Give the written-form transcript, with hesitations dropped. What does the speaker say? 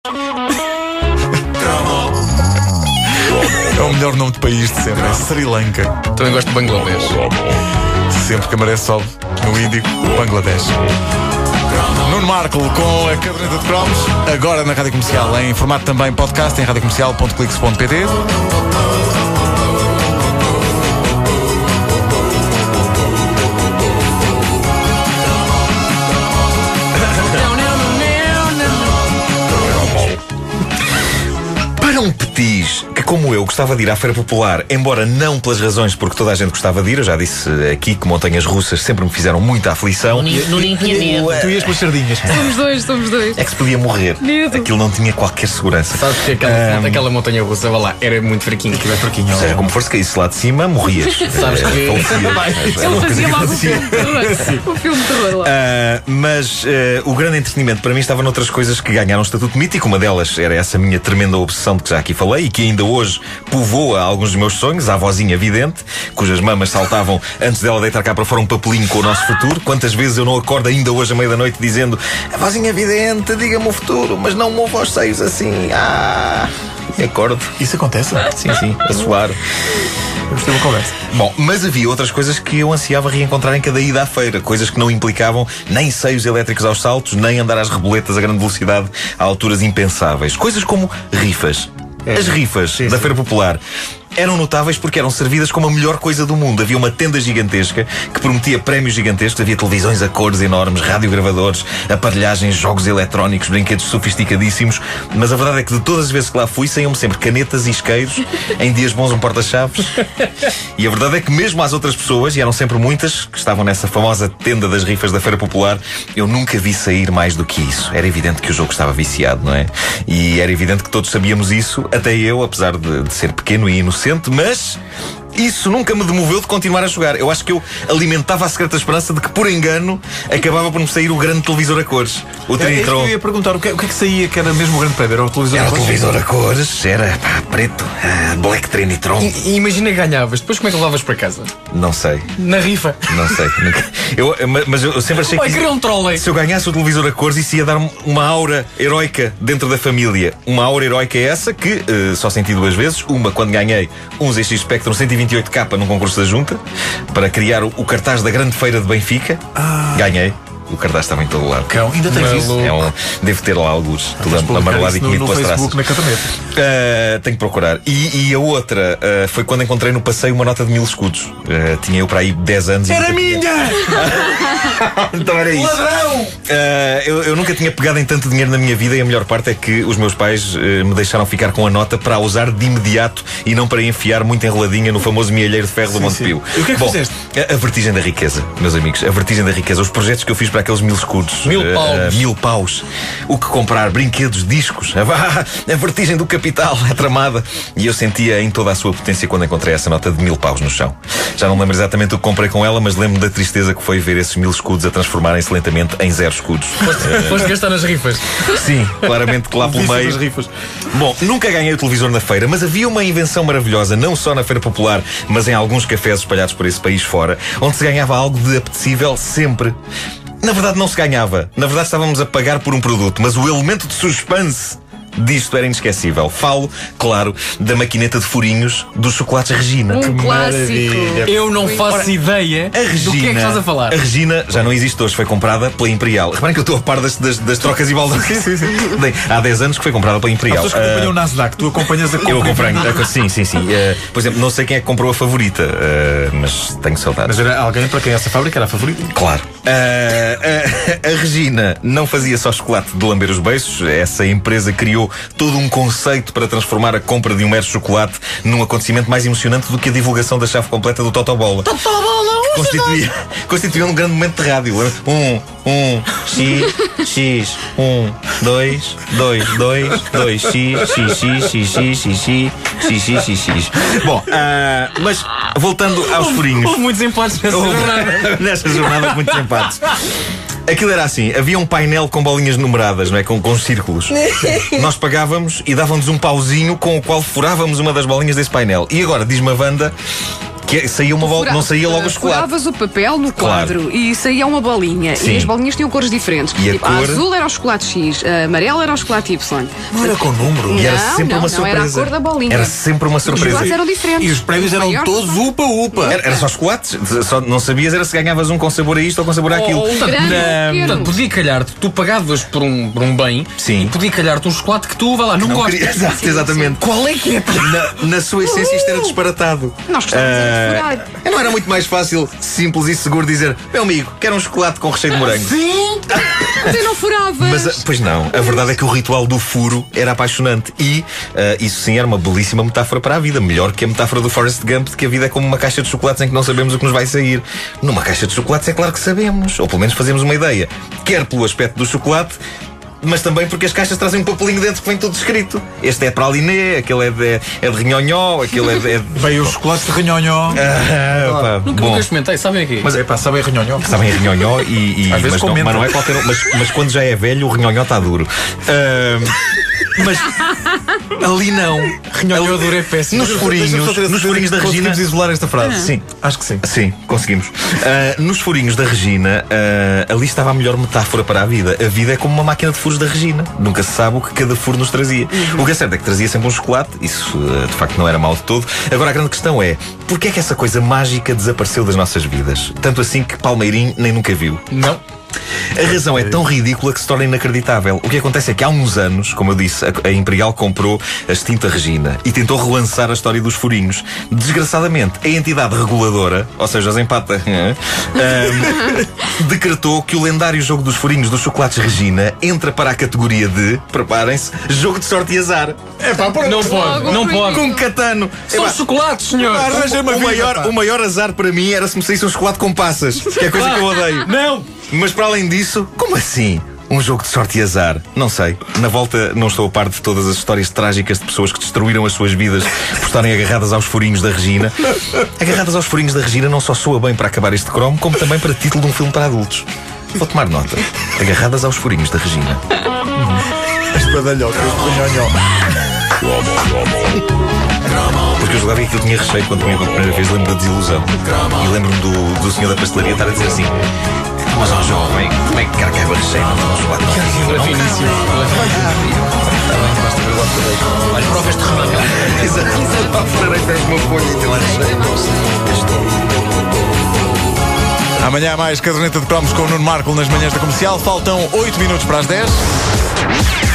É o melhor nome de país de sempre, é Sri Lanka. Também gosto de Bangladesh. Sempre que a maré sobe no Índico, Bangladesh. Nuno Marco com a caderneta de cromos, agora na Rádio Comercial, em formato também podcast, em radiocomercial.clix.pt. Para um petis que, como eu, gostava de ir à Feira Popular, embora não pelas razões porque toda a gente gostava de ir, eu já disse aqui que montanhas russas sempre me fizeram muita aflição. Não tinha medo. Tu ias pelas sardinhas. Somos dois. É que se podia morrer. Medo. Aquilo não tinha qualquer segurança. Sabes que aquela montanha russa, vá lá, era muito fraquinho. Aquilo é fraquinho. Ou seja, como fosse caísse lá de cima, morrias. Sabes que... Ele fazia logo o filme de terror. O filme de terror lá. Mas o grande entretenimento para mim estava noutras coisas que ganharam um estatuto mítico. Uma delas era essa minha tremenda obsessão de que já aqui falei e que ainda hoje povoa alguns dos meus sonhos, a avózinha vidente, cujas mamas saltavam antes dela deitar cá para fora um papelinho com o nosso futuro. Quantas vezes eu não acordo ainda hoje à meia da noite dizendo: avózinha vidente, diga-me o futuro, mas não mova os seios assim. E acordo. Isso acontece? Sim, a suar. Vamos ter uma conversa. Bom, mas havia outras coisas que eu ansiava reencontrar em cada ida à feira. Coisas que não implicavam nem seios elétricos aos saltos, nem andar às reboletas a grande velocidade a alturas impensáveis. Coisas como rifas. As rifas da Feira Popular eram notáveis porque eram servidas como a melhor coisa do mundo. Havia uma tenda gigantesca que prometia prémios gigantescos. Havia televisões a cores enormes, radiogravadores, aparelhagens, jogos eletrónicos, brinquedos sofisticadíssimos. Mas a verdade é que de todas as vezes que lá fui, saíam-me sempre canetas e isqueiros, em dias bons um porta-chaves. E a verdade é que mesmo às outras pessoas, e eram sempre muitas, que estavam nessa famosa tenda das rifas da Feira Popular, eu nunca vi sair mais do que isso. Era evidente que o jogo estava viciado, não é? E era evidente que todos sabíamos isso, até eu, apesar de ser pequeno e inocente. Mas isso nunca me demoveu de continuar a jogar. Eu acho que eu alimentava a secreta esperança de que, por engano, acabava por me sair o grande televisor a cores. O Trinitron. Eu ia perguntar o que é que saía que era mesmo o grande prémio? Era o televisor Era a o cores? televisor a cores, era preto, Black Trinitron. E imagina que ganhavas, depois como é que levavas para casa? Não sei, Na rifa. não sei. Mas eu sempre achei Olha, que queria um trolley. se eu ganhasse o televisor a cores, isso ia dar uma aura heroica dentro da família. Uma aura heroica essa que só senti duas vezes. Uma quando ganhei um ZX Spectrum 128K num concurso da Junta para criar o cartaz da grande feira de Benfica. Ganhei. O cartaz estava em todo lado. Cão, ainda tens isso? Devo ter lá alguns. Tudo Vamos publicar amarelado e isso comido no pelas Facebook, traças. na caderneta. Tenho que procurar. E a outra foi quando encontrei no passeio uma nota de 1000 escudos. Tinha eu para aí 10 anos. Era minha! Então era isso. Ladrão! Eu nunca tinha pegado em tanto dinheiro na minha vida e a melhor parte é que os meus pais me deixaram ficar com a nota para a usar de imediato e não para enfiar muito enroladinha no famoso mielheiro de ferro do Montepio. E o que é que fizeste? A vertigem da riqueza, meus amigos. A vertigem da riqueza. Os projetos que eu fiz para aqueles 1000 escudos. 1000 paus. 1000 paus. O que comprar? Brinquedos, discos. A vertigem do capital é tramada. E eu sentia em toda a sua potência quando encontrei essa nota de 1000 paus no chão. Já não lembro exatamente o que comprei com ela, mas lembro da tristeza que foi ver esses 1000 escudos a transformarem-se lentamente em 0 escudos. Foste gastar nas rifas. Sim, claramente que lá pelo meio. Das rifas. Bom, nunca ganhei o televisor na feira, mas havia uma invenção maravilhosa, não só na Feira Popular, mas em alguns cafés espalhados por esse país fora, onde se ganhava algo de apetecível sempre. Na verdade não se ganhava. Na verdade estávamos a pagar por um produto, mas o elemento de suspense disto era inesquecível. Falo, claro, da maquineta de furinhos dos chocolates Regina. Um clássico. maravilha. Eu não faço ideia A Regina, do que é que estás a falar. A Regina já não existe hoje, foi comprada pela Imperial. Reparem que eu estou a par das trocas e baldas. Sim. Bem, há 10 anos que foi comprada pela Há Imperial. pessoas que acompanham o Nasdaq, tu acompanhas a compra. Eu acompanho. Sim. Por exemplo, não sei quem é que comprou a favorita, mas tenho saudades. Mas era alguém para quem essa fábrica era a favorita? Claro. A Regina não fazia só chocolate de lamber os beiços. Essa empresa criou todo um conceito para transformar a compra de um mero chocolate num acontecimento mais emocionante do que a divulgação da chave completa do Totobola. Constituía um grande momento de rádio. X, 2, X. Bom, mas voltando aos furinhos. Houve muitos empates nessa jornada. Nessa jornada, muitos empates. Aquilo era assim, havia um painel com bolinhas numeradas, não é? Com círculos. Nós pagávamos e dávamos um pauzinho com o qual furávamos uma das bolinhas desse painel. E agora, diz-me a Wanda, Que saía uma bola, não saía logo o chocolate. Furavas o papel no quadro e saía uma bolinha. Sim. E as bolinhas tinham cores diferentes. E a Tipo, cor- azul era o chocolate X, a amarelo era o chocolate Y. Não era com número. E era Não, sempre não, uma não, era surpresa. a cor da bolinha. Era sempre uma Os surpresa. chocolates eram diferentes. E os prémios eram Maior, todos upa-upa. Era só chocolates. Só não sabias era se ganhavas um com sabor a isto ou com sabor àquilo. ou grande, ou pequeno. Portanto, podia calhar-te, tu pagavas por um bem, Sim. e podia calhar-te um chocolate que tu, vai lá, não Não gostas. queria- Exato, exatamente. Qual é que é? Na sua essência isto era disparatado. Nós gostávamos era de furar. Não era muito mais fácil, simples e seguro dizer: meu amigo, quero um chocolate com recheio de morango. Sim! Mas eu não furava. Mas, pois não, a verdade é que o ritual do furo era apaixonante e isso sim era uma belíssima metáfora para a vida. Melhor que a metáfora do Forrest Gump de que a vida é como uma caixa de chocolates em que não sabemos o que nos vai sair. Numa caixa de chocolates é claro que sabemos, ou pelo menos fazemos uma ideia. Quer pelo aspecto do chocolate, mas também porque as caixas trazem um papelinho dentro que vem tudo escrito. Este é para Aliné, aquele é de rinhonhó, aquele é de... Veio o chocolate de ranhonhó. Pá, Nunca bom. experimentei, sabem aqui? Mas é pá, sabe ranhonhó. Sabem a rinhonhó Às vezes mas não é qualquer um. Mas quando já é velho, o rinhonhó está duro. Mas ali não. Rinhonhó duro é péssimo. Nos furinhos da Regina. Conseguimos isolar esta frase? Sim. Acho que sim. Sim, conseguimos. Nos furinhos da Regina, ali estava a melhor metáfora para a vida. A vida é como uma máquina de furos da Regina. Nunca se sabe o que cada furo nos trazia. O que é certo é que trazia sempre um chocolate. Isso, de facto, não era mau de todo. Agora, a grande questão é: porquê é que essa coisa mágica desapareceu das nossas vidas? Tanto assim que Palmeirim nem nunca viu. Não. A razão é tão ridícula que se torna inacreditável. O que acontece é que há uns anos, como eu disse, a Imperial comprou a extinta Regina e tentou relançar a história dos furinhos. Desgraçadamente, a entidade reguladora, ou seja, os empata, decretou que o lendário jogo dos furinhos dos chocolates Regina entra para a categoria de, preparem-se, jogo de sorte e azar. É pá, Não pode, não pode. Com catano. São chocolates, senhor. Arranja-me a vida, O maior azar para mim era se me saísse um chocolate com passas, que é coisa que eu odeio. Não. Mas para além disso, como assim? Um jogo de sorte e azar? Não sei. Na volta não estou a par de todas as histórias trágicas de pessoas que destruíram as suas vidas por estarem agarradas aos furinhos da Regina. Agarradas aos furinhos da Regina não só soa bem para acabar este cromo, como também para título de um filme para adultos. Vou tomar nota. Agarradas aos furinhos da Regina. Espadalhocas de ranhonhó. Porque eu jogava e aquilo tinha recheio quando comia pela primeira vez, lembro da desilusão. E lembro-me do senhor da pastelaria estar a dizer assim: mas ó jovem, como é que quer que haja recheio? Não chocolate. Ele é finíssimo. Olha, prova este remédio. Exato. Farei até o meu folho e tem lá recheio. Amanhã há mais caderneta de cromos com o Nuno Marco nas manhãs da Comercial. Faltam 8 minutos para as 10.